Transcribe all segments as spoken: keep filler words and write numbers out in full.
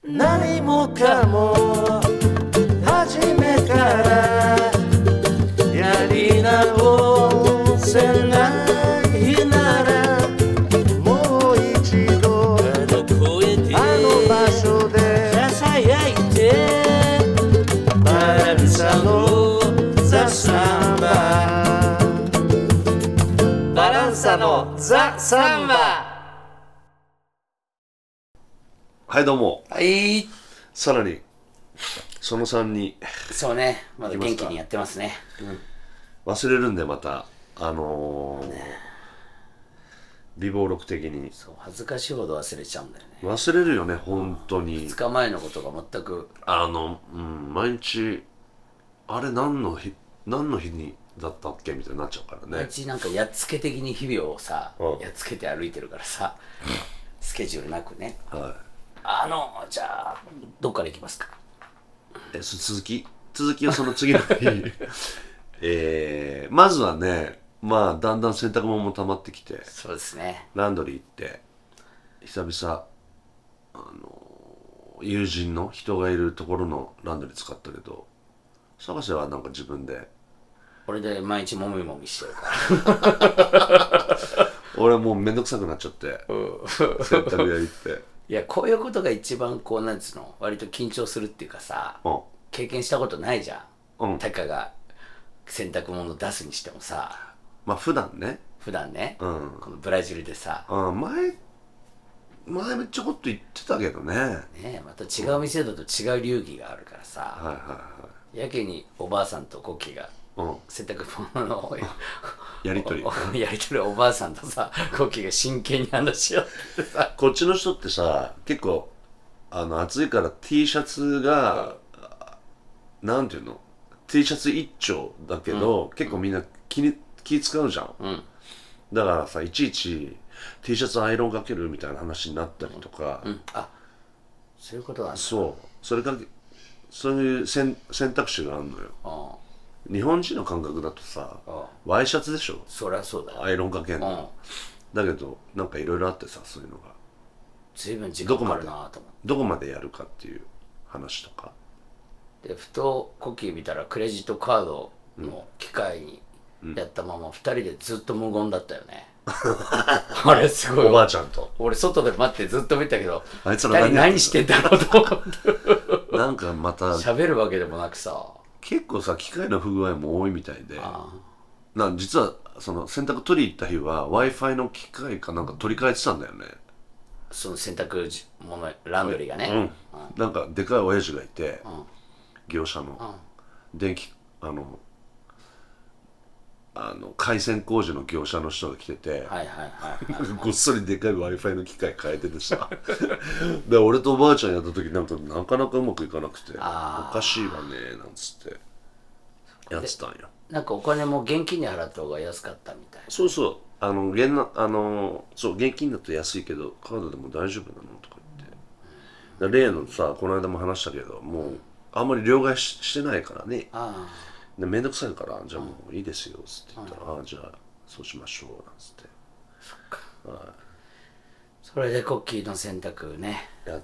何もかも初めからやり直せないならもう一度あの声であの場所でささやいてバランサのザ・サンババランサのザ・サンバ。 はいどうも。 はい。 さらにそのさんにそうね、まだ元気にやってますね。 うん、忘れるんでまたあのーね、微暴録的にそう恥ずかしいほど忘れちゃうんだよね。 忘れるよね本当に。 ふつかまえのことが全くあの、うん、毎日あれ何の日何の日にだったっけみたいになっちゃうからね。 毎日なんかやっつけ的に日々をさ、 うん、 やっつけて歩いてるからさスケジュールなくね。 はい。 あのじゃあどっから行きますか。 え続き続きはその次の日えー、まずはね、まあだんだん洗濯物も溜まってきて、 そうですね、 ランドリー行って久々あの友人の人がいるところのランドリー使ったけど、探せはなんか自分で俺で毎日もみもみしてるから俺もうめんどくさくなっちゃって、うん、洗濯やりっていやこういうことが一番こうなんつうの割と緊張するっていうかさ、うん、経験したことないじゃん、うん、タカが洗濯物出すにしてもさ、 まあ普段ね普段ね、 うん、 このブラジルでさ、 うん、前前めっちゃこと言ってたけどねね、また違う店だと違う流儀があるからさ、 うん、はいはいはい、 やけにおばあさんとコッキーが洗濯物の、うん、 やりとりやりとりおばあさんとさコッキーが真剣に話し合ってさこっちの人ってさ結構あの暑いから T シャツが、うん、なんていうの T シャツ一丁だけど、うん、結構みんな気に気使うじゃん、うん、だからさいちいち T シャツアイロンかけるみたいな話になったりとか、 うんうん、あそういうことなんだ。 そうそれからそういう選選択肢があるのよ。ああ日本人の感覚だとさワイシャツでしょ。 そりゃそうだよ、 アイロンかけんの。だけどなんかいろいろあってさ、そういうのが随分時間かかるなと思って、 どこまでやるかっていう話とかで、ふとコッキー見たらクレジットカードの機械にやったままふたりでずっと無言だったよね、うん、あれすごい。 おばあちゃんと俺外で待ってずっと見たけど、 あいつら何, 何してんだろうと思ってなんかまた喋るわけでもなくさ、 結構さ機械の不具合も多いみたいで、な実はその洗濯取り行った日は Wi-Fi の機械かなんか取り替えてたんだよね。 その洗濯物ランドリーがね、うんうん、なんかでかい親父がいて、うん、業者の、うん、電気あのあの回線工事の業者の人が来てて、ごっそりでかい Wi-Fi の機械変えててさで俺とおばあちゃんやった時なんかなかなかうまくいかなくて、おかしいわねなんつってやってたんや。 なんかお金も現金に払った方が安かったみたいな。 そうそう、あの現なあのそう現金だと安いけどカードでも大丈夫なのとか言って、例のさこの間も話したけどもうあんまり両替 し, してないからね。あでめんどくさいからじゃあもういいですよっつって言ったら、ああじゃあそうしましょうなんつって。 そっか、はい、それでコッキーの洗濯ねやって、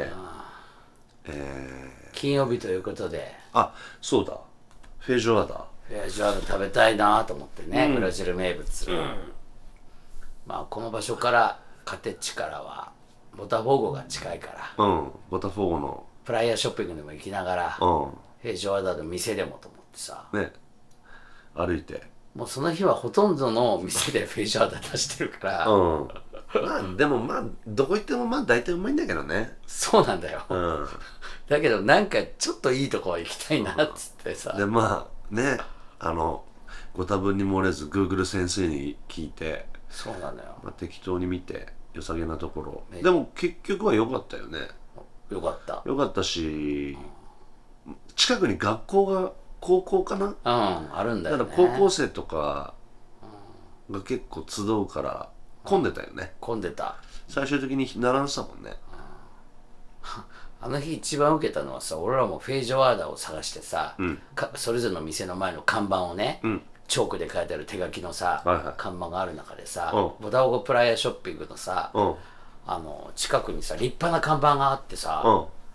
えー、金曜日ということで、 あそうだフェイジョアダフェイジョアダ食べたいなと思ってね、うん、ブラジル名物、うん、まあこの場所からカテッチからはボタフォーゴが近いから、 うん、ボタフォーゴのプライヤーショッピングでも行きながら、うん、フェイジョアダの店でもと思ってさ、 ね、歩いてもうその日はほとんどの店でフェイジョアダ出してるから、うん、 まあでもまあどこ行ってもまあ大体うまいんだけどね。 そうなんだよ、うん、だけどなんかちょっといいとこは行きたいなっつってさ、 でまあねあのご多分に漏れず Google 先生に聞いて、 そうなんだよ、 まあ、適当に見て良さげなところ、でも結局は良かったよね。 良かった良かったし、うん、近くに学校が高校かな、うん、 あるんだよね。 だから高校生とかが結構集うから混んでたよね、 うん、混んでた。 最終的に並んでたもんね、 うん、あの日一番受けたのはさ、俺らもフェイジョアーダを探してさ、うん、それぞれの店の前の看板をね、うん、チョークで書いてある手書きのさ、はいはい、看板がある中でさ、うん、ボタフォーゴプライヤーショッピングのさ、うん、あの近くにさ立派な看板があってさ、うん、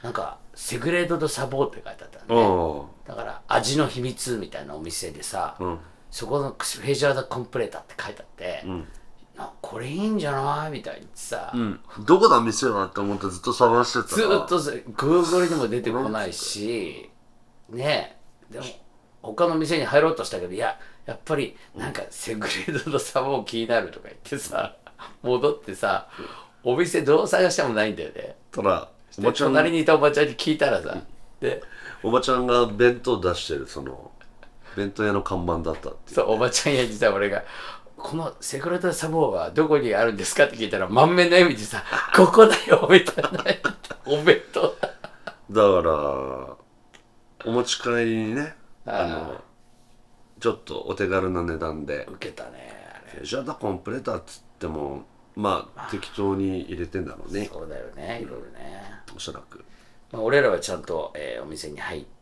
なんかセグレード・ド・サボーって書いてあったね。だから味の秘密みたいなお店でさ、うん、そこのフェジャーダ・コンプレータって書いてあって、うん、これいいんじゃないみたいにさ、うん、 どこだ店はって思ってずっと探してたずっとグーグルにも出てこないしねえ、でも他の店に入ろうとしたけど、いややっぱりなんかセグレードのサボー気になるとか言ってさ戻ってさ、お店どう探してもないんだよね。 ただおばちゃん隣にいたおばちゃんに聞いたらさ、でおばちゃんが弁当出してるその弁当屋の看板だったっていう、ね、 そうおばちゃんやにさ、俺がこのセグレードサボーはどこにあるんですかって聞いたら満面の笑みでさここだよみたいなお弁当だからお持ち帰りにね、あのちょっとお手軽な値段で受けたね。 フェジャーダコンプレーターっつってもまあ適当に入れてんだろうね。 そうだよね、いろいろね、 おそらく、 まあ、俺らはちゃんと、えー、お店に入って、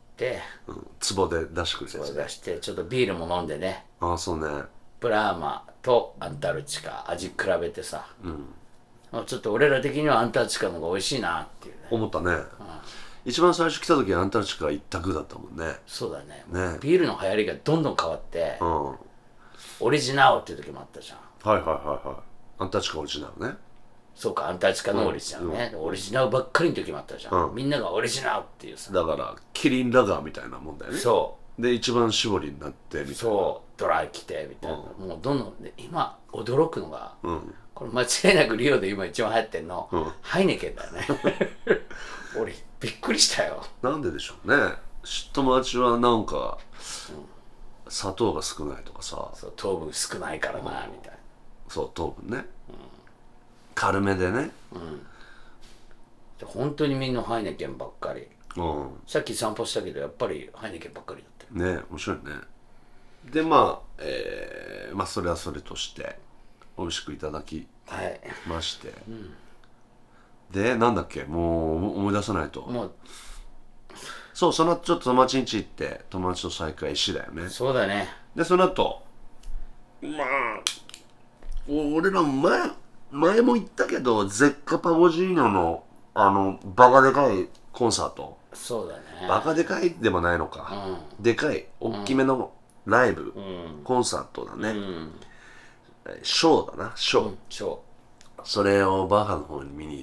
うん、壺で出してくるやつ、 ね、出してちょっとビールも飲んでね。 ああそうね。 ブラーマとアンタルチカ味比べてさ、うん、ちょっと俺ら的にはアンタルチカの方が美味しいなっていうね思ったね、うん、一番最初来た時はアンタルチカが一択だったもんね。 そうだ ね, ねビールの流行りがどんどん変わって、うん、オリジナルっていう時もあったじゃん。 はいはいはいはい。アンタルチカオリジナルね。 そうか、アンタルチカのオリジナルね、うん、オリジナルばっかりの時もあったじゃん、うん、みんながオリジナルっていうさ、 だからキリンラガーみたいなもんだよね。そうで一番搾りになってみたいな、 そうドライ来てみたいな、うん、もうどんどんで今驚くのが、うん、これ間違いなくリオで今一番流行ってんの、うん、ハイネケンだよね俺びっくりしたよ。 なんででしょうね。友達はなんか、うん、砂糖が少ないとかさ、 そう糖分少ないからな、みたいな。 そう糖分ね、うん、軽めでね、うん、 で本当にみんなハイネケンばっかり、うん、さっき散歩したけどやっぱりハイネケンばっかりだったよね。面白いね。でまあ、えー、まあそれはそれとして美味しくいただきまして、はい、うん、でなんだっけ、もう思い出さないと。もうそうそのちょっと友達ん家行って友達と再会しだよね。 そうだね。 でその後まあ俺ら前前も言ったけどゼッカパゴジーノのあのバカでかいコンサート。 そうだね。 バカでかいでもないのか、うん、でかい大きめのライブ、うん、コンサートだね、うん、ショーだなショー、うん、 ショーそれをバハの方に見に行って、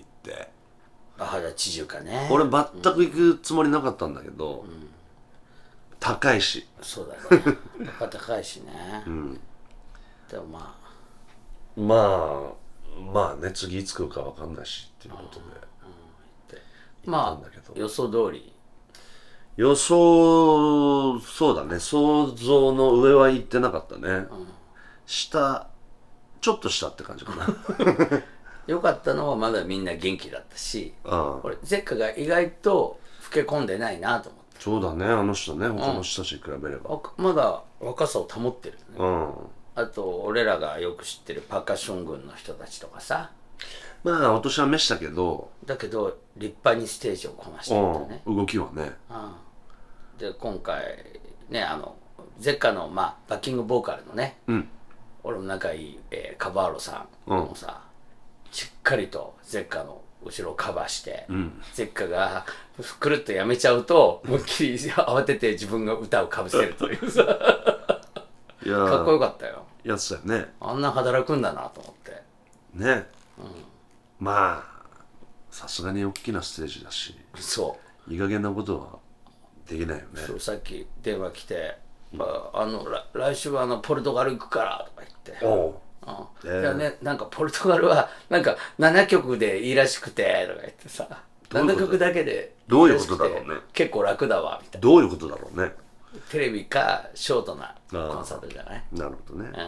バハだ地中かね。 俺全く行くつもりなかったんだけど、うん、高いし。 そうだねバカ高いしね、うん、でもまあまあまあね次いつ来るか分かんないしっていうことで、 うん、まあ予想通り予想そうだね、想像の上は行ってなかったね、うん、下ちょっと下って感じかなよかったのはまだみんな元気だったし、これゼッカが意外と老け込んでないなと思って。 そうだね、あの人ね、他の人たちに比べれば、 うん、まだ若さを保ってるね、うん、あと俺らがよく知ってるパーカッション軍の人たちとかさ、 まあお年は召したけどだけど立派にステージをこなしてるんだね、 うん、動きはね、 うん、で今回ねあのゼッカの、まあ、バッキングボーカルのね、うん、俺も仲いい、えー、カバーロさんもさ、うん、しっかりとゼッカの後ろをカバーして、うん、ゼッカがくるっとやめちゃうと思いっきり慌てて自分が歌をかぶせるというさいやかっこよかったよ。 やつだよね。 あんな働くんだなと思ってね、うん、まあさすがに大きなステージだし、そういい加減なことはできないよね。 そうさっき電話来て、うん、あ, あの来週はあのポルトガル行くからとか言って、おう、うんえー、いやね、なんかポルトガルはなんかななきょくでいいらしくてとか言ってさ、ななきょくだけでどういうことだろうね、 結構楽だわみたいな。 どういうことだろうね。 テレビかショートなコンサートじゃない。 なるほどね、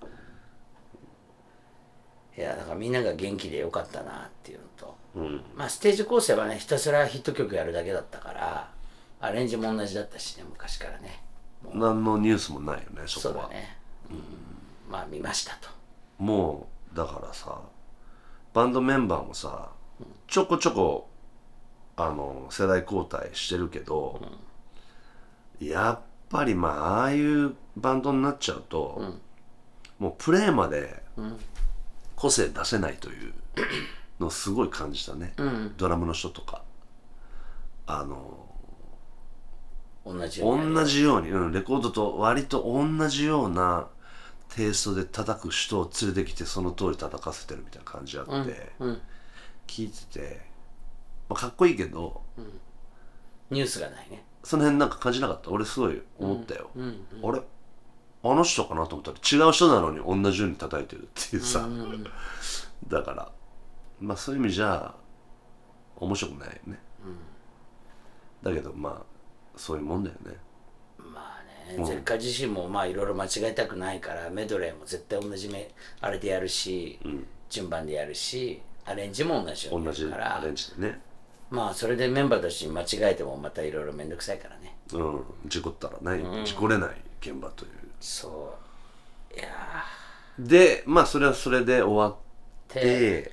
うん、いやだからみんなが元気でよかったなっていうのと、うん、まあステージ構成はねひたすらヒット曲やるだけだったからアレンジも同じだったしね、昔からね。 何のニュースもないよねそこは。 そうだね、うん、まあ見ましたと。 もうだからさバンドメンバーもさ、うん、ちょこちょこあの世代交代してるけど、うん、やっぱりまあああいうバンドになっちゃうと、うん、もうプレーまで個性出せないというのをすごい感じたね、うん、ドラムの人とかあの同じように同じように、うん、レコードと割と同じようなテイストで叩く人を連れてきてその通り叩かせてるみたいな感じあって、 うんうん、 聞いてて、まあ、かっこいいけど、 うん、ニュースがないね。 その辺なんか感じなかった？俺すごい思ったよ、 うんうんうん、 あれあの人かなと思ったら違う人なのに同じように叩いてるっていうさ、うんうん、だからまあそういう意味じゃ面白くないよね、うん、だけどまあそういうもんだよね。 まあね、ゼッカ自身もまあいろいろ間違えたくないからメドレーも絶対同じめあれでやるし、うん、順番でやるしアレンジも同じようにやるから、 同じアレンジでね。 まあそれでメンバーたちに間違えてもまたいろいろめんどくさいからね。 うん、事故ったらない、うん、事故れない現場という。 そういやでまあそれはそれで終わって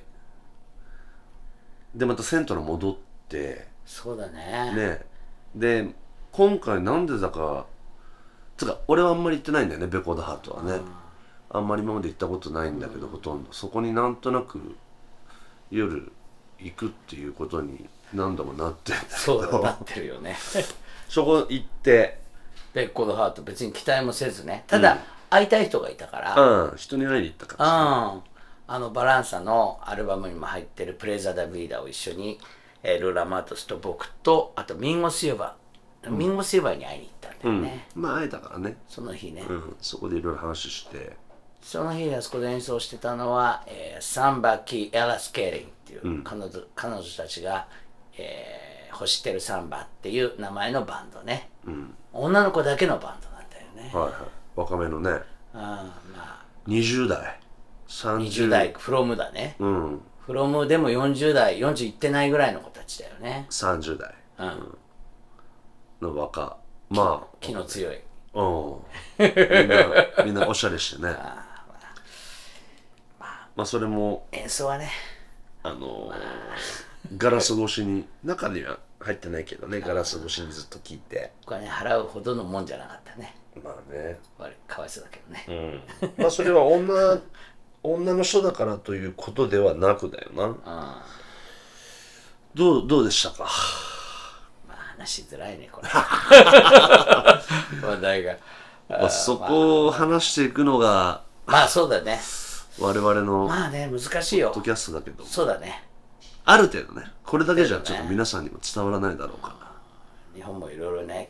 でまたセントラ戻って。 そうだね。 ねで今回なんでだかつか俺はあんまり行ってないんだよね、ベコードハートはね、うん、あんまり今まで行ったことないんだけど、うん、ほとんどそこになんとなく夜行くっていうことに何度もなってるんだけど。 そうだなってるよねそこ行ってベッコードハート別に期待もせずね、ただ、うん、会いたい人がいたから、 うん、人に会いに行ったから、 うん、あのバランサのアルバムにも入ってるプレザ・ダ・ビーダを一緒に、えー、ルーラ・マートスと僕とあとミンゴ・シルバー、うん、ミンゴ・シルバーに会いに行ったんだよね、 うん、まあ会えたからねその日ね、 うん、そこでいろいろ話して、 その日あそこで演奏してたのは、えー、サンバ・キ・エラス・ケーリンっていう、うん、彼女、彼女たちが、えー、欲してるサンバっていう名前のバンドね、うん、女の子だけのバンドなんだよね。 はいはい、若めのね、 あまあ、 にじゅう代さんじゅうにじゅう代フロムだね、うん、フロムでもよんじゅう代よんじゅういってないぐらいの子たちだよね。 さんじゅう代、うん、の若まあ気の強い、 うん、みんなみんなおしゃれしてねあ、まあまあ、まあそれも演奏はねあのーまあ、ガラス越しに中には入ってないけどね、ガラス越しにずっと聞いてお金払うほどのもんじゃなかったね。 まあねかわいそうだけどね、 うん、まあそれは女女の人だからということではなくだよな、うん、どうどうでしたか。 まあ話しづらいねこれ話題が、 まあ、そこを話していくのがまあそうだね我々のまあね難しいよポッドキャストだけど、 そうだね、 ある程度ねこれだけじゃちょっと皆さんにも伝わらないだろうから、 日本もいろいろね、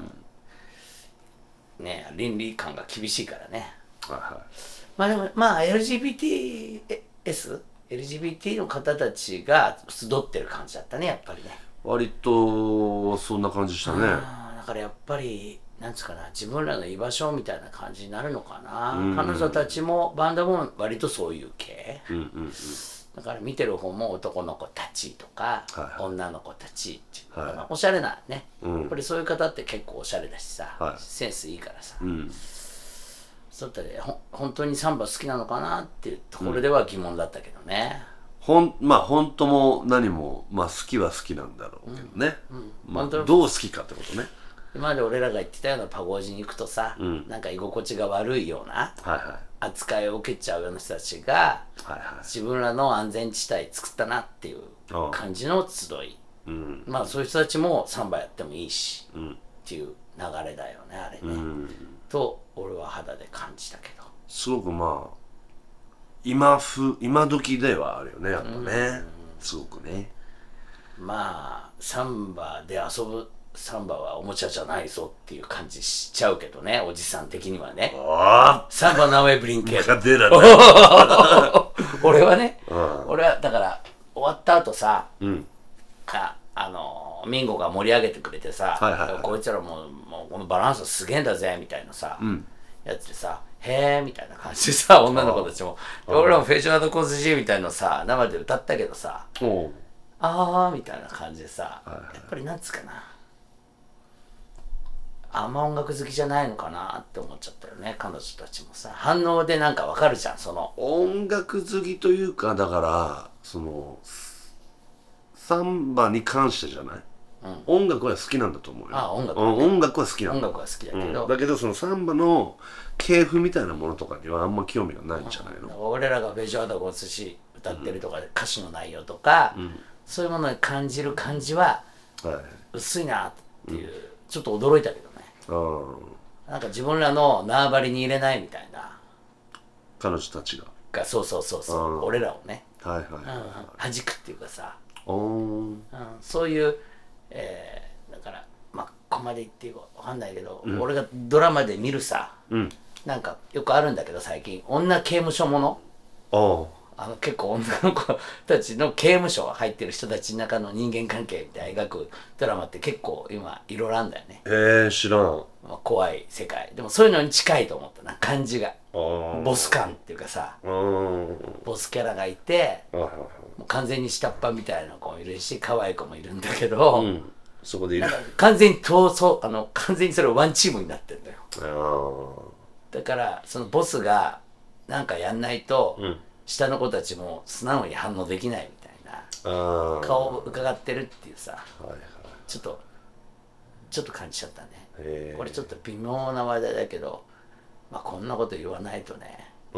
うん、ね倫理観が厳しいからね、はいはい、まあでもまあ エルジービーティーエス エルジービーティー の方たちが集ってる感じだったねやっぱりね。 割とそんな感じしたね。 だからやっぱりなんつうかな自分らの居場所みたいな感じになるのかな、うんうん、彼女たちもバンドも割とそういう系、うんうんうん、だから見てる方も男の子たちとか、はいはい、女の子たちっていう、はい、おしゃれなね、うん、やっぱりそういう方って結構おしゃれだしさ、はい、センスいいからさ、うん、そういったでほ本当にサンバ好きなのかなっていうところでは疑問だったけどね、 うん、ほんまあ本当も何も、まあ、好きは好きなんだろうけどね、うんうんまあ、どう好きかってことね。 今まで俺らが言ってたようなパゴージに行くとさ、うん、なんか居心地が悪いような扱いを受けちゃうような人たちが、はいはい、自分らの安全地帯作ったなっていう感じの集い、うん、まあそういう人たちもサンバやってもいいし、うん、っていう流れだよねあれね、うん、と俺は肌で感じたけどすごくまあ今風今時ではあるよねやっぱね、うん、すごくね。 まあサンバで遊ぶサンバはおもちゃじゃないぞっていう感じしちゃうけどねおじさん的にはね。サンバナウェブリンケ俺はね、うん、俺はだから終わった後さ、うん、あ, あのミンゴが盛り上げてくれてさ、はいはいはい、こいつらもうもうこのバランスすげえんだぜみたいなさ、うん、やつでさへーみたいな感じでさ女の子たちも俺らもフェイシュアードコース G みたいなのさ生で歌ったけどさあーみたいな感じでさ、はいはい、やっぱりなんつうかなあんま音楽好きじゃないのかなって思っちゃったよね彼女たちもさ反応でなんかわかるじゃんその音楽好きというかだからそのサンバに関してじゃない、うん、音楽は好きなんだと思うよ。 ああ音楽は、 ね、音楽は好きなんだ。 音楽は好きだけど、 うん、だけどそのサンバの系譜みたいなものとかにはあんま興味がないんじゃないの、 うん、俺らがベジョアダゴツシ歌ってるとか、うん、歌詞の内容とか、うん、そういうものに感じる感じははい、 薄いなっていう、うん、ちょっと驚いたけどね。 あなんか自分らの縄張りに入れないみたいな。 彼女たちががそうそうそうそう、俺らをね、 はいはいはい、 うん、弾くっていうかさ、 うん、 そういう、えー、だからまあここまで言っていいかわかんないけど、うん、俺がドラマで見るさ、うん、なんかよくあるんだけど最近女刑務所もの、あの結構女の子たちの刑務所入ってる人たちの中の人間関係みたいな描くドラマって結構今いろいろあるんだよね。 へえ、知らん。 まあ、怖い世界でもそういうのに近いと思ったな感じが。ボス感っていうかさ、ボスキャラがいてもう完全に下っ端みたいな子もいるし可愛い子もいるんだけど、うん、 そこでいる完全に闘争あの完全にそれワンチームになってんだよ。だからそのボスがなんかやんないと、うん、下の子たちも素直に反応できないみたいな顔を伺ってるっていうさ、はいはい、ちょっとちょっと感じちゃったね。これちょっと微妙な話題だけど、まあこんなこと言わないとね。 うん。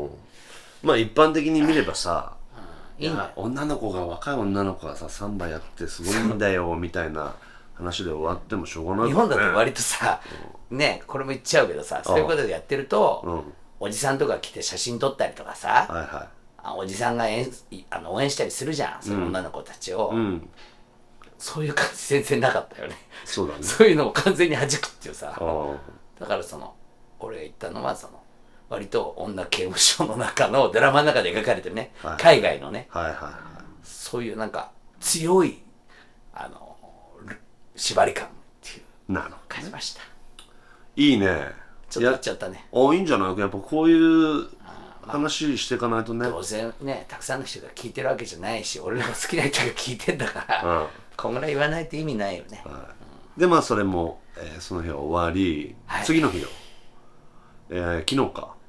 まあ一般的に見ればさ、 うん、いいんだよ。 女の子が若い女の子がさサンバやってすごいんだよみたいな話で終わってもしょうがない、ね、 日本だと割とさ、うん、ねこれも言っちゃうけどさ、そういうことでやってると、うん、おじさんとか来て写真撮ったりとかさ、はいはい、あおじさんがえんあの応援したりするじゃん、その女の子たちを。うんうん、そういう感じ全然なかったよね。 そうだね。 そういうのを完全に弾くっていうさ。だからその俺が言ったのはその割と女刑務所の中のドラマの中で描かれてるね、はい、海外のね、はいはいはい、そういうなんか強いあの縛り感っていうのを感じました。 いいね。 ちょっとやっちゃったね。 あ、いいんじゃないか。やっぱこういう話していかないとね。 当然ね、たくさんの人が聞いてるわけじゃないし、俺らが好きな人が聞いてんだから、うん、こんぐらい言わないと意味ないよね。はい、 うん、でまあそれも、えー、その日は終わり、はい、次の日よ、えー、昨日か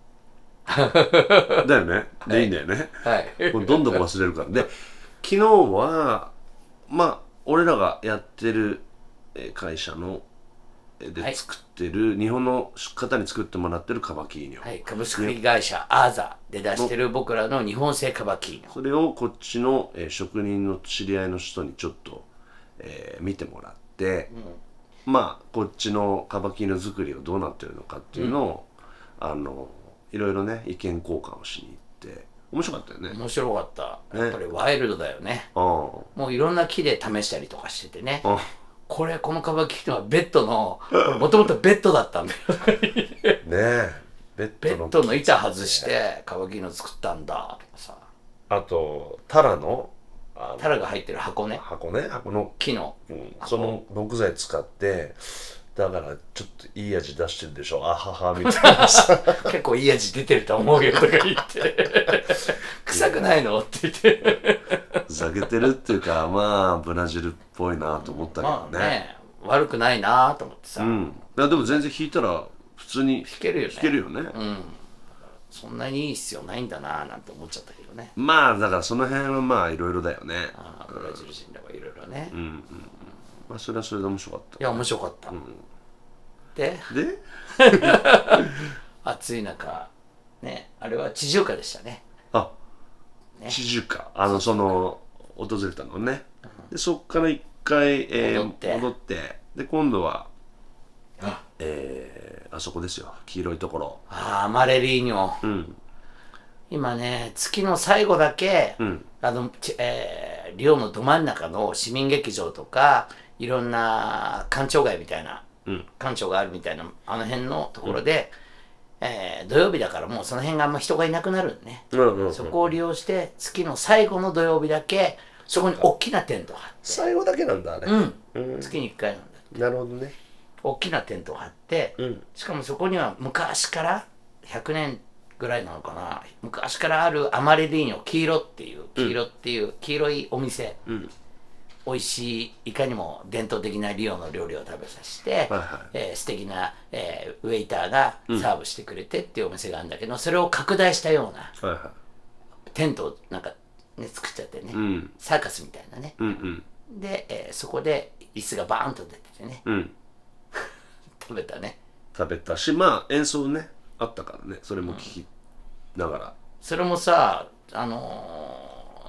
だよね。で、はい、いいんだよね。はい。これどんどん忘れるから。で、昨日はまあ俺らがやってる会社ので作ってる、はい、日本の方に作ってもらってるカバキーニョ、 はい、株式会社アーザで出してる僕らの日本製カバキーニョ、 それをこっちの、えー、職人の知り合いの人にちょっと、えー、見てもらって、うん、まあこっちのカバキーニョ作りをどうなってるのかっていうのを、うん、あのいろいろね意見交換をしに行って面白かったよね。 面白かった、ね、やっぱりワイルドだよね。もういろんな木で試したりとかしててね、これこのカバキーニョはベッドのもともとベッドだったんだよねえベッド の, ベッドの板外してカバキーニョ作ったんだとかさ、 あとタラのタラが入ってる箱ね箱ね箱の木の、 うん、その木材使ってだからちょっといい味出してるでしょ、あははみたいなさ結構いい味出てると思うよとか言って臭くないのって言ってふざけてるっていうかまあブラジルっぽいなと思ったけどね、まあね、 悪くないなと思ってさ、 うん、いやでも全然弾いたら普通に弾けるよね弾けるよね、 うん、そんなにいい必要ないんだななんて思っちゃったけどね。 まあだからその辺はまあいろいろだよね。 あブラジル人らはいろいろね、うんうんうん、 まあそれはそれで面白かった。 いや面白かった、うん、でで暑い中ね、あれは地中海でしたね。 あ、ね、地中海あのその訪れたのね、うん、でそっから一回、えー、戻って戻ってで今度はあ、えー、あそこですよ黄色いところ、 ああアマレリーニョ、うん、今ね月の最後だけ、うん、あの、えー、リオのど真ん中の市民劇場とかいろんな官庁街みたいな、うん、官庁があるみたいなあの辺のところで、うん、えー、土曜日だからもうその辺があんま人がいなくなるんね、うんうんうん、そこを利用して月の最後の土曜日だけそこに大きなテントを張って、 最後だけなんだあれ、 うん、うん、月にいっかいなんだって。 なるほどね。 大きなテントを張って、うん、しかもそこには昔からひゃくねんぐらいなのかな、昔からあるアマレリーニョ黄色っていう黄色っていう、うん、黄色いお店、うん、美味しいいかにも伝統的なリオの料理を食べさせて、はいはい、えー、素敵な、えー、ウェイターがサーブしてくれてっていうお店があるんだけど、それを拡大したような、はいはい、テントをなんか、ね、作っちゃってね、うん、サーカスみたいなね、うんうん、で、えー、そこで椅子がバーンと出ててね、うん食べたね。 食べたし、まあ演奏ねあったからね、それも聞きながら、うん、 それもさ、あのー、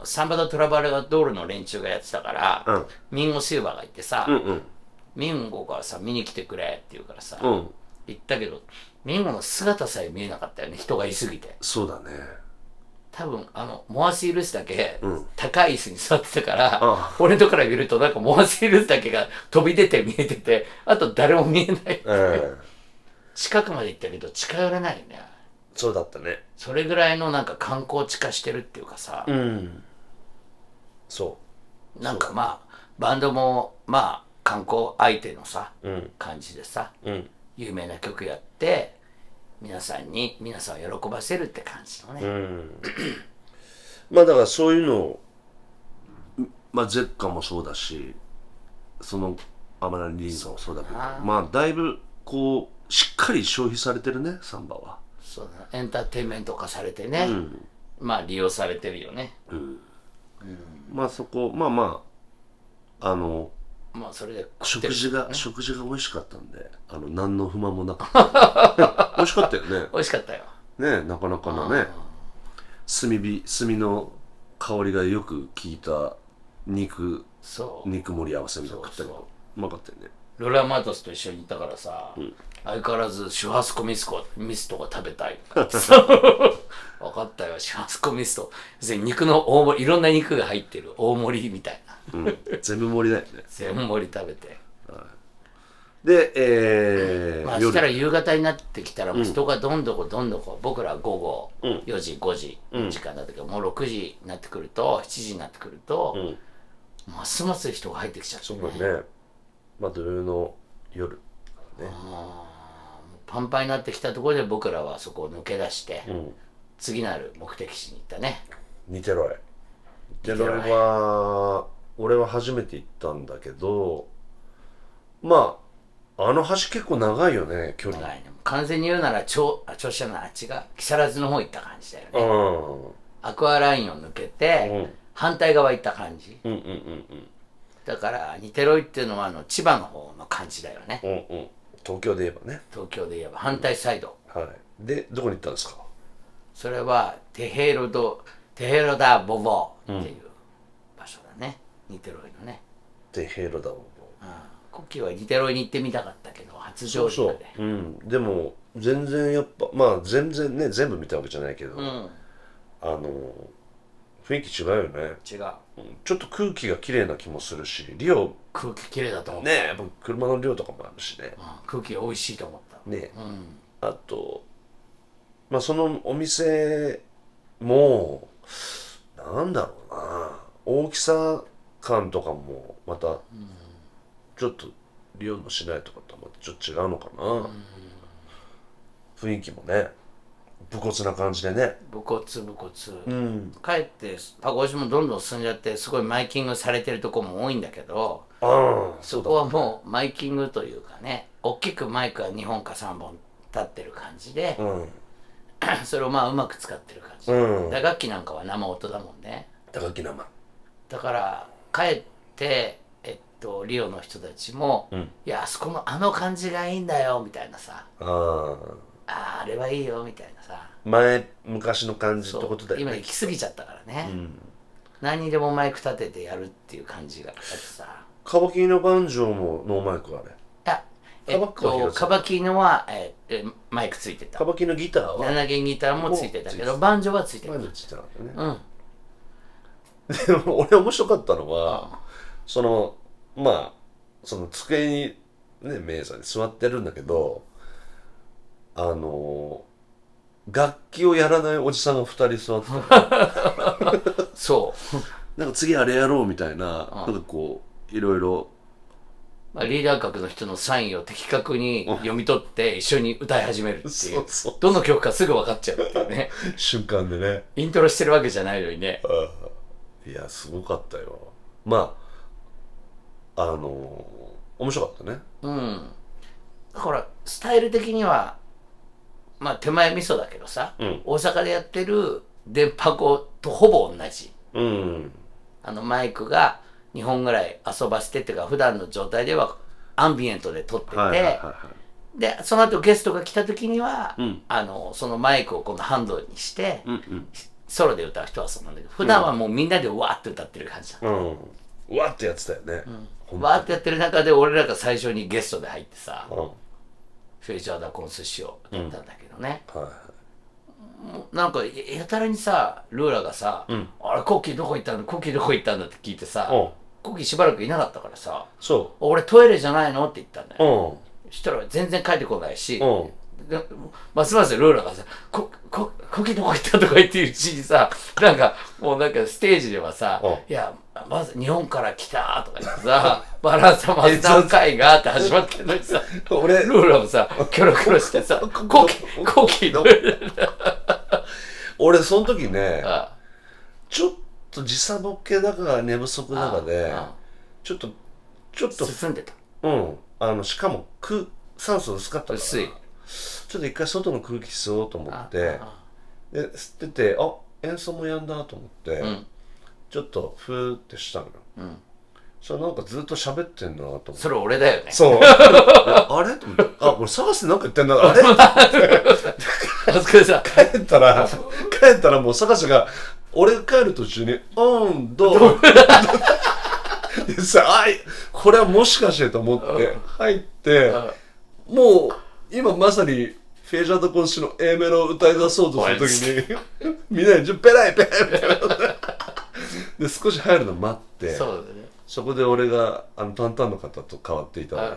サンバドトラバルガドールの連中がやってたから、 うんミンゴシューバーがいてさ、 うんうんミンゴがさ見に来てくれって言うからさ、 うん行ったけどミンゴの姿さえ見えなかったよね、人がいすぎて。 そうだね。 多分あのモアシールスだけうん高い椅子に座ってたから、 あ俺のとこから見るとなんかモアシールスだけが飛び出て見えてて、あと誰も見えないっていう、 ええ近くまで行ったけど近寄れないよね。 そうだったね。 それぐらいのなんか観光地化してるっていうかさ、 うんそなんかまあバンドもまあ観光相手のさ、 ううん感じでさ、 うん有名な曲やって皆さんに皆さんを喜ばせるって感じのね、 うんまあだからそういうのをまあゼッカもそうだし、そのアマランリーンさんもそうだけど、まあだいぶこうしっかり消費されてるね、サンバは。 そうだ、エンターテインメント化されてね、 うんまあ利用されてるよね。 まあそこまあまああのまあそれで食ってる食事が、食事が美味しかったんで、あの何の不満もなくて美味しかったよね。 美味しかったよ。 ねなかなかのね炭火炭の香りがよく効いた肉そう肉盛り合わせみたいなの食ったけそうどうまかったよね。 ロラマートスと一緒にいたからさ、相変わらずシュハスコミスコミストが食べたい分かったよ、シュハスコミスト、要するに肉の大盛り、いろんな肉が入ってる大盛りみたいな、 うん、全部盛りだよね。 全盛り食べて、 で、えー、 まあそしたら夕方になってきたらもう人がどんどこどんどこ、僕ら午後よじごじの時間だったけど、もうろくじになってくるとしちじになってくると、ますます人が入ってきちゃってそうね、 だね。まあ土曜の夜ね。 パンパンになってきたところで僕らはそこを抜け出して、 ん次なる目的地に行ったね。 ニテロイ。ニテロイは俺は初めて行ったんだけど、まああの橋結構長いよね、距離。 長いね。完全に言うなら調あ調子じゃない、あっちが木更津の方行った感じだよね。 うんアクアラインを抜けて、 うん反対側行った感じ。 うんうんうんだからニテロイっていうのはあの千葉の方の感じだよね。 うんうんうん。東京で言えばね。 東京で言えば反対サイド。 はい。でどこに行ったんですか。 それはテヘロドテヘロダボボっていう場所だね、ニテロイのね。 テヘロダボボ。 コッキーはニテロイに行ってみたかったけど初上陸で。 そうそう、うん、でも全然やっぱまあ全然ね全部見たわけじゃないけど、 うん、 あの雰囲気違うよね。 違う、 うん、ちょっと空気が綺麗な気もするし、リオ空気きれいだと思ったねやっぱ車の量とかもあるしね、 うん、空気が美味しいと思ったね、 うん、 あとまあそのお店もなんだろうな、大きさ感とかもまたちょっとリオの市内とかとはまたちょっと違うのかな、うん、雰囲気もね武骨な感じでね。 武骨武骨、 うん、 帰って鹿児島どんどん進んじゃってすごいマイキングされてるとこも多いんだけど、 あそこはもうマイキングというかね、大きくマイクがにほんかさんぼん立ってる感じで、 うん、 それをまあうまく使ってる感じ、 うん、 打楽器なんかは生音だもんね。 打楽器生だから帰ってえっとリオの人たちも、 うん、 いやあそこのあの感じがいいんだよみたいなさ、 あああれはいいよみたいなさ、 前昔の感じってことだよね。 今行き過ぎちゃったからね、 うん、 何にでもマイク立ててやるっていう感じがあってさ。 カバキのバンジョーもノーマイクあれ。 あえっとカバキのは、えー、マイクついてた。 カバキのギターはなな弦ギターもついてたけどバンジョーはついてた。 バンジョーついてたんだよね。 うん。 でも俺面白かったのは、うん、そのまあその机にねメイさんに座ってるんだけど、あの楽器をやらないおじさんがふたり座ってたそうなんか次あれやろうみたいな、うん、なんかこういろいろ、 まあ、リーダー格の人のサインを的確に読み取って一緒に歌い始めるっていう、そうそうどの曲かすぐ分かっちゃうっていうね瞬間でねイントロしてるわけじゃないのにね。 いやすごかったよ。まああの面白かったね。 うんだからスタイル的にはまあ手前味噌だけどさ、うん、大阪でやってる電波子とほぼ同じ、うん、あのマイクがにほんぐらい遊ばせてっていうか普段の状態ではアンビエントで撮ってて、はいはいはいはい、でその後ゲストが来た時には、うん、あのそのマイクを今度ハンドにして、うんうん、 ソロで歌う人はそうなんだけど、普段はもうみんなでわーって歌ってる感じだった、 うん、わーってやってたよね、 うん、わーってやってる中で俺らが最初にゲストで入ってさ、うん、フェイジャーダコン寿司を歌ったんだけどね、うん、はい、もうなんかやたらにさルーラがさ、うん、あれコッキーどこ行ったんだコッキーどこ行ったんだって聞いてさ、うん、コッキーしばらくいなかったからさ、そう俺トイレじゃないのって言ったんだよ、うん、そしたら全然帰ってこないし、うん、ますますルーラがさ「ここコキどこ行った?」とか言ってるうちにさ、なんかもうなんかステージではさ「いやまず日本から来た」とか言ってさ「バランサマスター会が」って始まってるのにさ、俺ルーラもさキョロキョロしてさ「コキコキの」 俺その時ねああちょっと時差ボケだか寝不足だかでああちょっとちょっと進んでた、 うんあのしかも空酸素薄かったから薄いちょっと一回外の空気吸おうと思ってで吸っててあ演奏もやんだと思って、うん、ちょっとふーってしたのよ、うん、それなんかずっと喋ってんなと思ってそれ俺だよねそうあれと思ってあこれ探してなんか言ってんだあれ帰ったら帰ったらもう探しが俺が帰る途中に「うんどう?」でさあこれはもしかしてと思って入ってもう今まさにフェイジャードコンシの A メロを歌い出そうとするときにみんなに「ペライペライ」みたいなで少し入るの待ってそ, うだ、ね、 そこで俺があのタンタンの方と代わっていただいて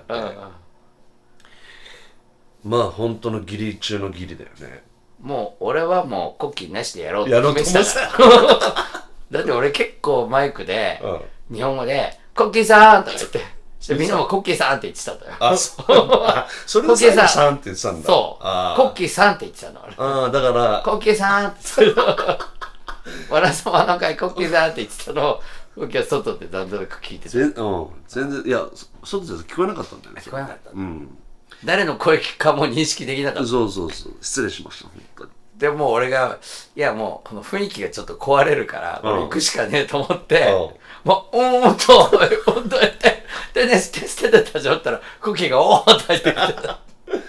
まあ本当のギリ中のギリだよね。 もう俺はもうコッキーなしでやろうって決めてただって俺結構マイクで、うん、日本語で「コッキーさん」とか言ってみんなもコッキーさんって言ってたんだよ。 あ、そう。それで最後さんって言ってたんだ。 そう。コッキーさんって言ってたの。 ああ、だから。 コッキーさんって言ってたの。わらさまの会コッキーさんって言ってたのを、コッキーは外でなんとなく聞いてた。 全、うん。全然、いや、外で聞こえなかったんだよね。 聞こえなかった。うん。誰の声かも認識できなかった。 そうそうそう。失礼しました、本当に。 でも俺が、いやもう、この雰囲気がちょっと壊れるから、これ行くしかねえと思って、もう、おーっと、本当やって、でね、捨て捨ててたじゃんったら、コッキーがおーっと入ってきてた。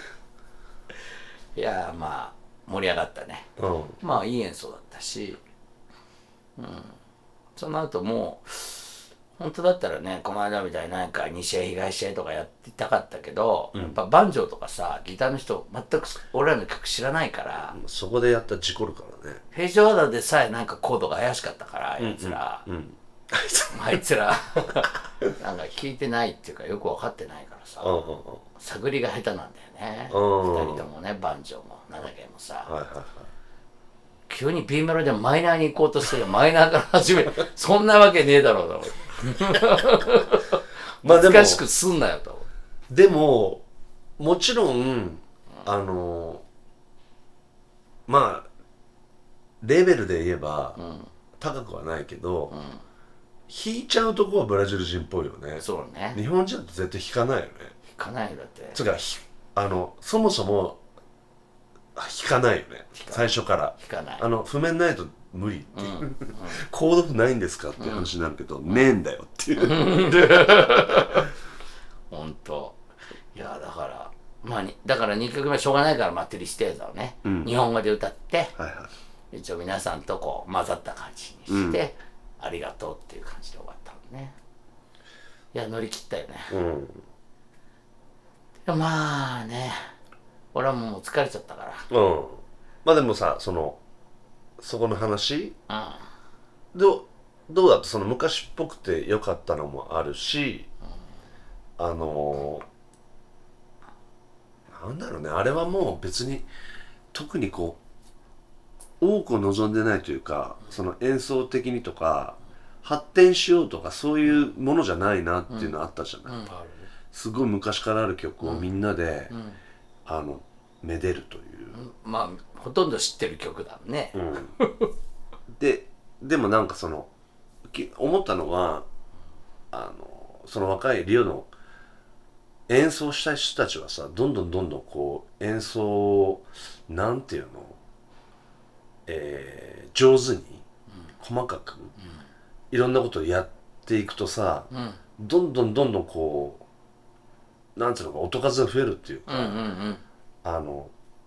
いやまあ、盛り上がったね。うん、まあ、いい演奏だったし、うん。その後もう、本当だったらね、この間みたいになんか西へ東へとかやってたかったけど、うん、やっぱバンジョーとかさ、ギターの人、全く俺らの曲知らないから、 そこでやったら事故るからね。 フェイジョーダでさえなんかコードが怪しかったから、あいつら。うんうんうんあいつらなんか聞いてないっていうかよく分かってないからさ、探りが下手なんだよね。ふたりともね、バンジョーもナダゲもさ、はいはいはい、急に B メロでマイナーに行こうとしてマイナーから始めそんなわけねえだろうと思って難しくすんなよと思う。でももちろんあのまあレベルで言えば、うん、高くはないけど、うん弾いちゃうとこはブラジル人っぽいよね。 そうね。 日本人だと絶対弾かないよね。 弾かないよだって。 つうかあのそもそも弾かないよね。最初から弾かない。 あの譜面ないと無理っていう、うんうん、コード譜ないんですかっていう話になるけど、うん、ねえんだよっていう本当いやだからまあだからにきょくめしょうがないからマッテリステーザをね、うん、日本語で歌って、はいはい、一応皆さんとこう混ざった感じにして、うんありがとうっていう感じで終わったのね。いや乗り切ったよね。うん、まあね俺はもう疲れちゃったから。うん。 まあでもさそのそこの話、うん、どどうだったその昔っぽくて良かったのもあるし、うん、あのなんだろうねあれはもう別に特にこう多くを望んでないというかその演奏的にとか発展しようとかそういうものじゃないなっていうのあったじゃない、うんうん、すごい昔からある曲をみんなで、うん、あのめでるという、 うん、まあほとんど知ってる曲だね、うん、 ででもなんかその思ったのはあのその若いリオの演奏したい人たちはさどんどんどんどんこう演奏をなんていうのえー、上手に、うん、細かく、うん、いろんなことをやっていくとさ、うん、どんどんどんどんこうなんていうのか音数が増えるっていうか、うんうんうん、あの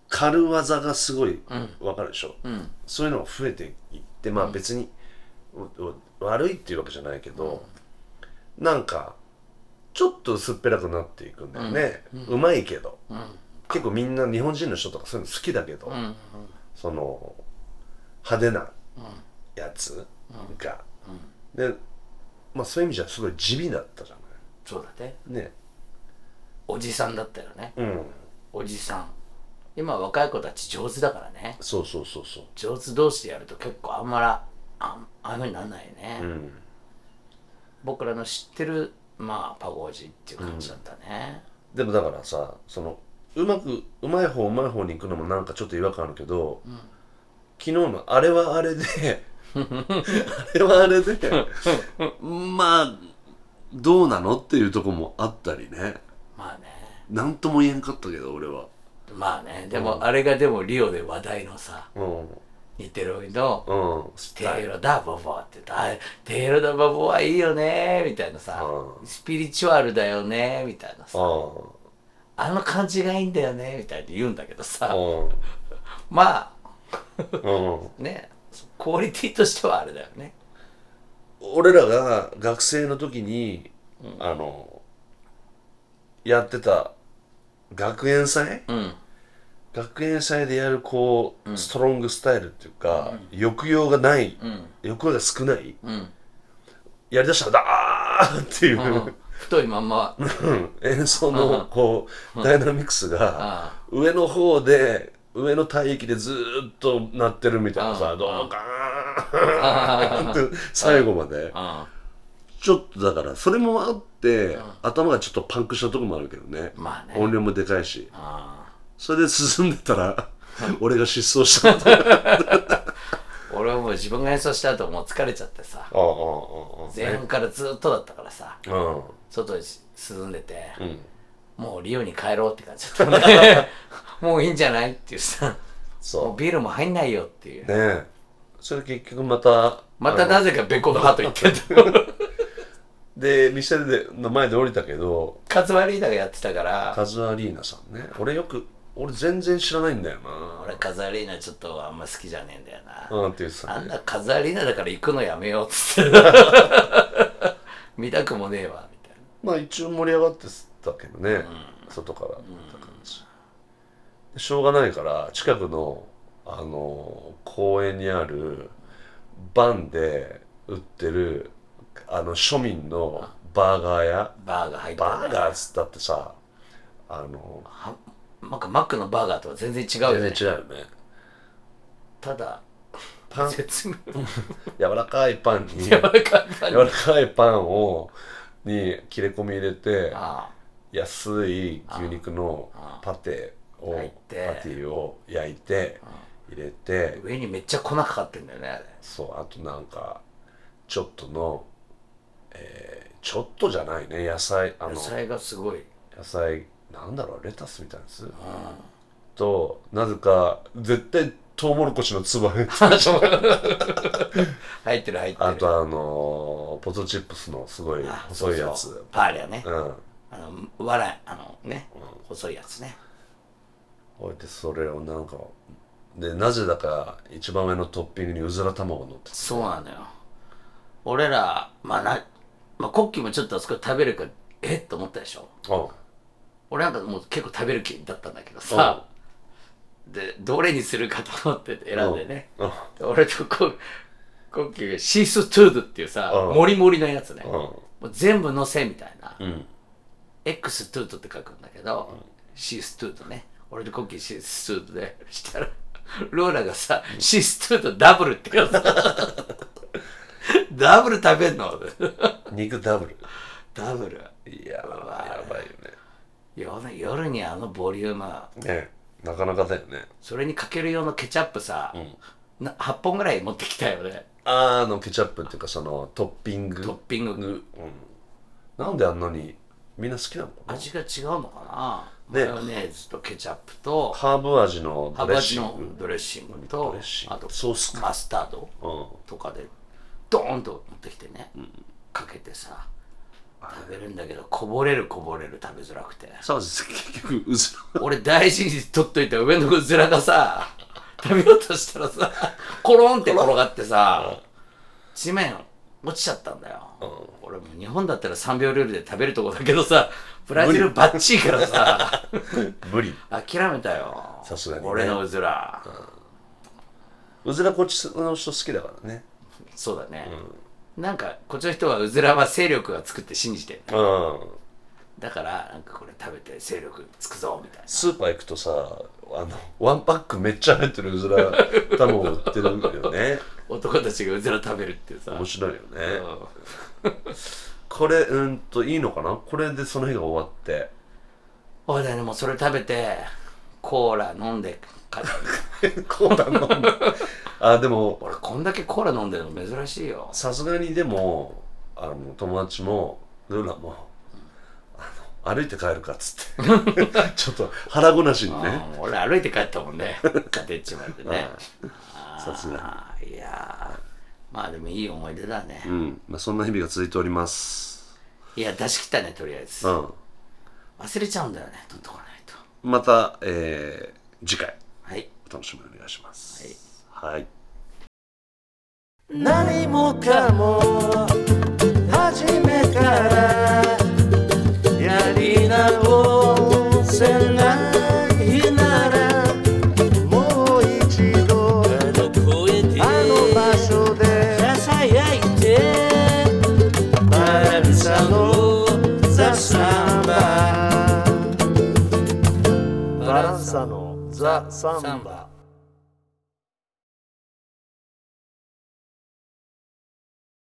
軽技がすごい分かるでしょ、 うん、 そういうのが増えていってまあ別に、うん、悪いっていうわけじゃないけど、うん、なんかちょっと薄っぺらくなっていくんだよね、うんうん、うまいけど、うん、結構みんな日本人の人とかそういうの好きだけど、うんうん、その派手なやつが、うんうん、でまあそういう意味じゃすごい地味だったじゃない。 そうだね。 ね、 おじさんだったよね、 うん、 おじさん。今若い子たち上手だからね。 そうそうそうそう、 上手同士でやると結構あんまらあああいうふうにならないね、うん、僕らの知ってるまあパゴージっていう感じだったね、 うん、でもだからさそのうまくうまい方うまい方に行くのもなんかちょっと違和感あるけど、うん、昨日のあれはあれであれはあれでまあどうなのっていうとこもあったりね。 まあね、 なんとも言えんかったけど俺は。 まあね、でも、うん、あれがでもリオで話題のさ、うん、似てるの、うん、テーロダバボアって言ったら、テーロダバボアいいよねみたいなさ、うん、スピリチュアルだよねみたいなさ、うん、あの感じがいいんだよねみたいに言うんだけどさ、うん、まあ、うん、ね、クオリティとしてはあれだよね。 俺らが学生の時に、うん、あのやってた学園祭、うん、学園祭でやるこう、うん、ストロングスタイルっていうか、うん、抑揚がない、うん、抑揚が少ない、うん、やりだしたらダーっていう、うん、 太いまんま演奏のこう、うん、ダイナミクスが上の方で上の帯域でずーっと鳴ってるみたいなさ、ドーンガーンって最後までちょっとだからそれもあって、うん、頭がちょっとパンクしたとこもあるけどね、まあね、音量もでかいし、それで進んでたら俺が失踪した俺はもう自分が演奏した後もう疲れちゃってさ、前半からずっとだったからさ、うん、外に涼んでて、うん、もうリオに帰ろうって感じだったねもういいんじゃないっていうさ、そうもうビールも入んないよっていうね。それ結局またまたなぜかベコのハト行ってたで店の前で降りたけどカズアリーナがやってたから。 カズアリーナさんね、俺よく俺全然知らないんだよな。 俺カズアリーナちょっとあんま好きじゃねえんだよな。 うんって言ってたね。 あんなカズアリーナだから行くのやめようっつって見たくもねえわみたいな。 まあ一応盛り上がってたけどね、うん、外から見た感じ、うん、しょうがないから近くのあの公園にあるバンで売ってるあの庶民のバーガー屋、 バーガー入ってる、ね、 バーガーっつったってさ、あのなんかマックのバーガーとは全然違うよね。 全然違うよね。 ただパン説明柔らかいパンに柔らかいパンに柔らかいパンをに切れ込み入れて、ああ安い牛肉のパテをパティを焼いて入れて、 上にめっちゃ粉かかってんだよねあれ。 そう、あとなんかちょっとの、えー、ちょっとじゃないね、野菜、あの野菜がすごい、 野菜なんだろう、レタスみたいなやつ、うん、となぜか絶対トウモロコシの粒入ってる入ってる入ってる。 あとあのー、ポテトチップスのすごい細いやつ、そうそうパーリャね、うん、あのわらあのね、うん、細いやつね。 置いてそれをなんかでなぜだか一番上のトッピングにうずら卵乗ってて、 そうなのよ。俺らまあな、まあ、コッキーもちょっとあそこで食べるからえっと思ったでしょ。うん、俺なんかもう結構食べる気だったんだけどさ、でどれにするかと思って選んでね、で俺とコッキーがシーストゥードっていうさ、モリモリのやつね、もう全部のせみたいな、うん、X トゥードって書くんだけど、うん、シーストゥードね。俺とコッキーシーストゥードでしたらローラがさ、うん、シーストゥードダブルって言うからさダブル食べんの肉ダブルダブル、 いやーやばいよね。 夜, 夜にあのボリュームね、なかなかだよね。 それにかける用のケチャップさ、うん、なはっぽんぐらい持ってきたよね。 あーあのケチャップっていうかそのトッピングトッピング、うん、 なんであんなにみんな好きなのかな。 味が違うのかな。マヨネーズとケチャップとハーブ味のドレッシング、ハーブ味のドレッシングとあとソースマスタードとかでドーンと持ってきてね、うん、かけてさ、 食べるんだけどこぼれるこぼれる食べづらくて、 そうです結局うずら俺大事に取っといた上のうずらがさ食べようとしたらさコロンって転がってさ地面落ちちゃったんだよ、うん、俺も日本だったらさんびょう料理で食べるとこだけどさブラジルバッチリからさ無理諦めたよさすがに、ね、 俺のうずら、 うん、うずらこっちの人好きだからね。 そうだね、うん、なんかこっちの人はうずらは勢力がつくって信じてる、うん、だからなんかこれ食べて勢力つくぞみたいな。 スーパー行くとさあのワンパックめっちゃ入ってるうずら卵売ってるよね男たちがうずら食べるってさ面白いよね、うん、これうんといいのかな、これでその日が終わっておいだね、もうそれ食べてコーラ飲んで帰るコーラ飲んであでも俺こんだけコーラ飲んでるの珍しいよ。 さすがにでもあの友達もルナも、うん、あの歩いて帰るかっつってちょっと腹ごなしにね俺歩いて帰ったもんねカテッチまでねさすがに。いやまあでもいい思い出だね。 うん、まあ、そんな日々が続いております。 いや出し切ったねとりあえず、うん、忘れちゃうんだよね、取っとかないと。 また、えー、次回、 はい、 お楽しみにお願いします。はい、はい、 何もかも初めからやり直せないならもう一度あの声であの場所でささやいてバランサのザ・サンババランサのザ・サンバ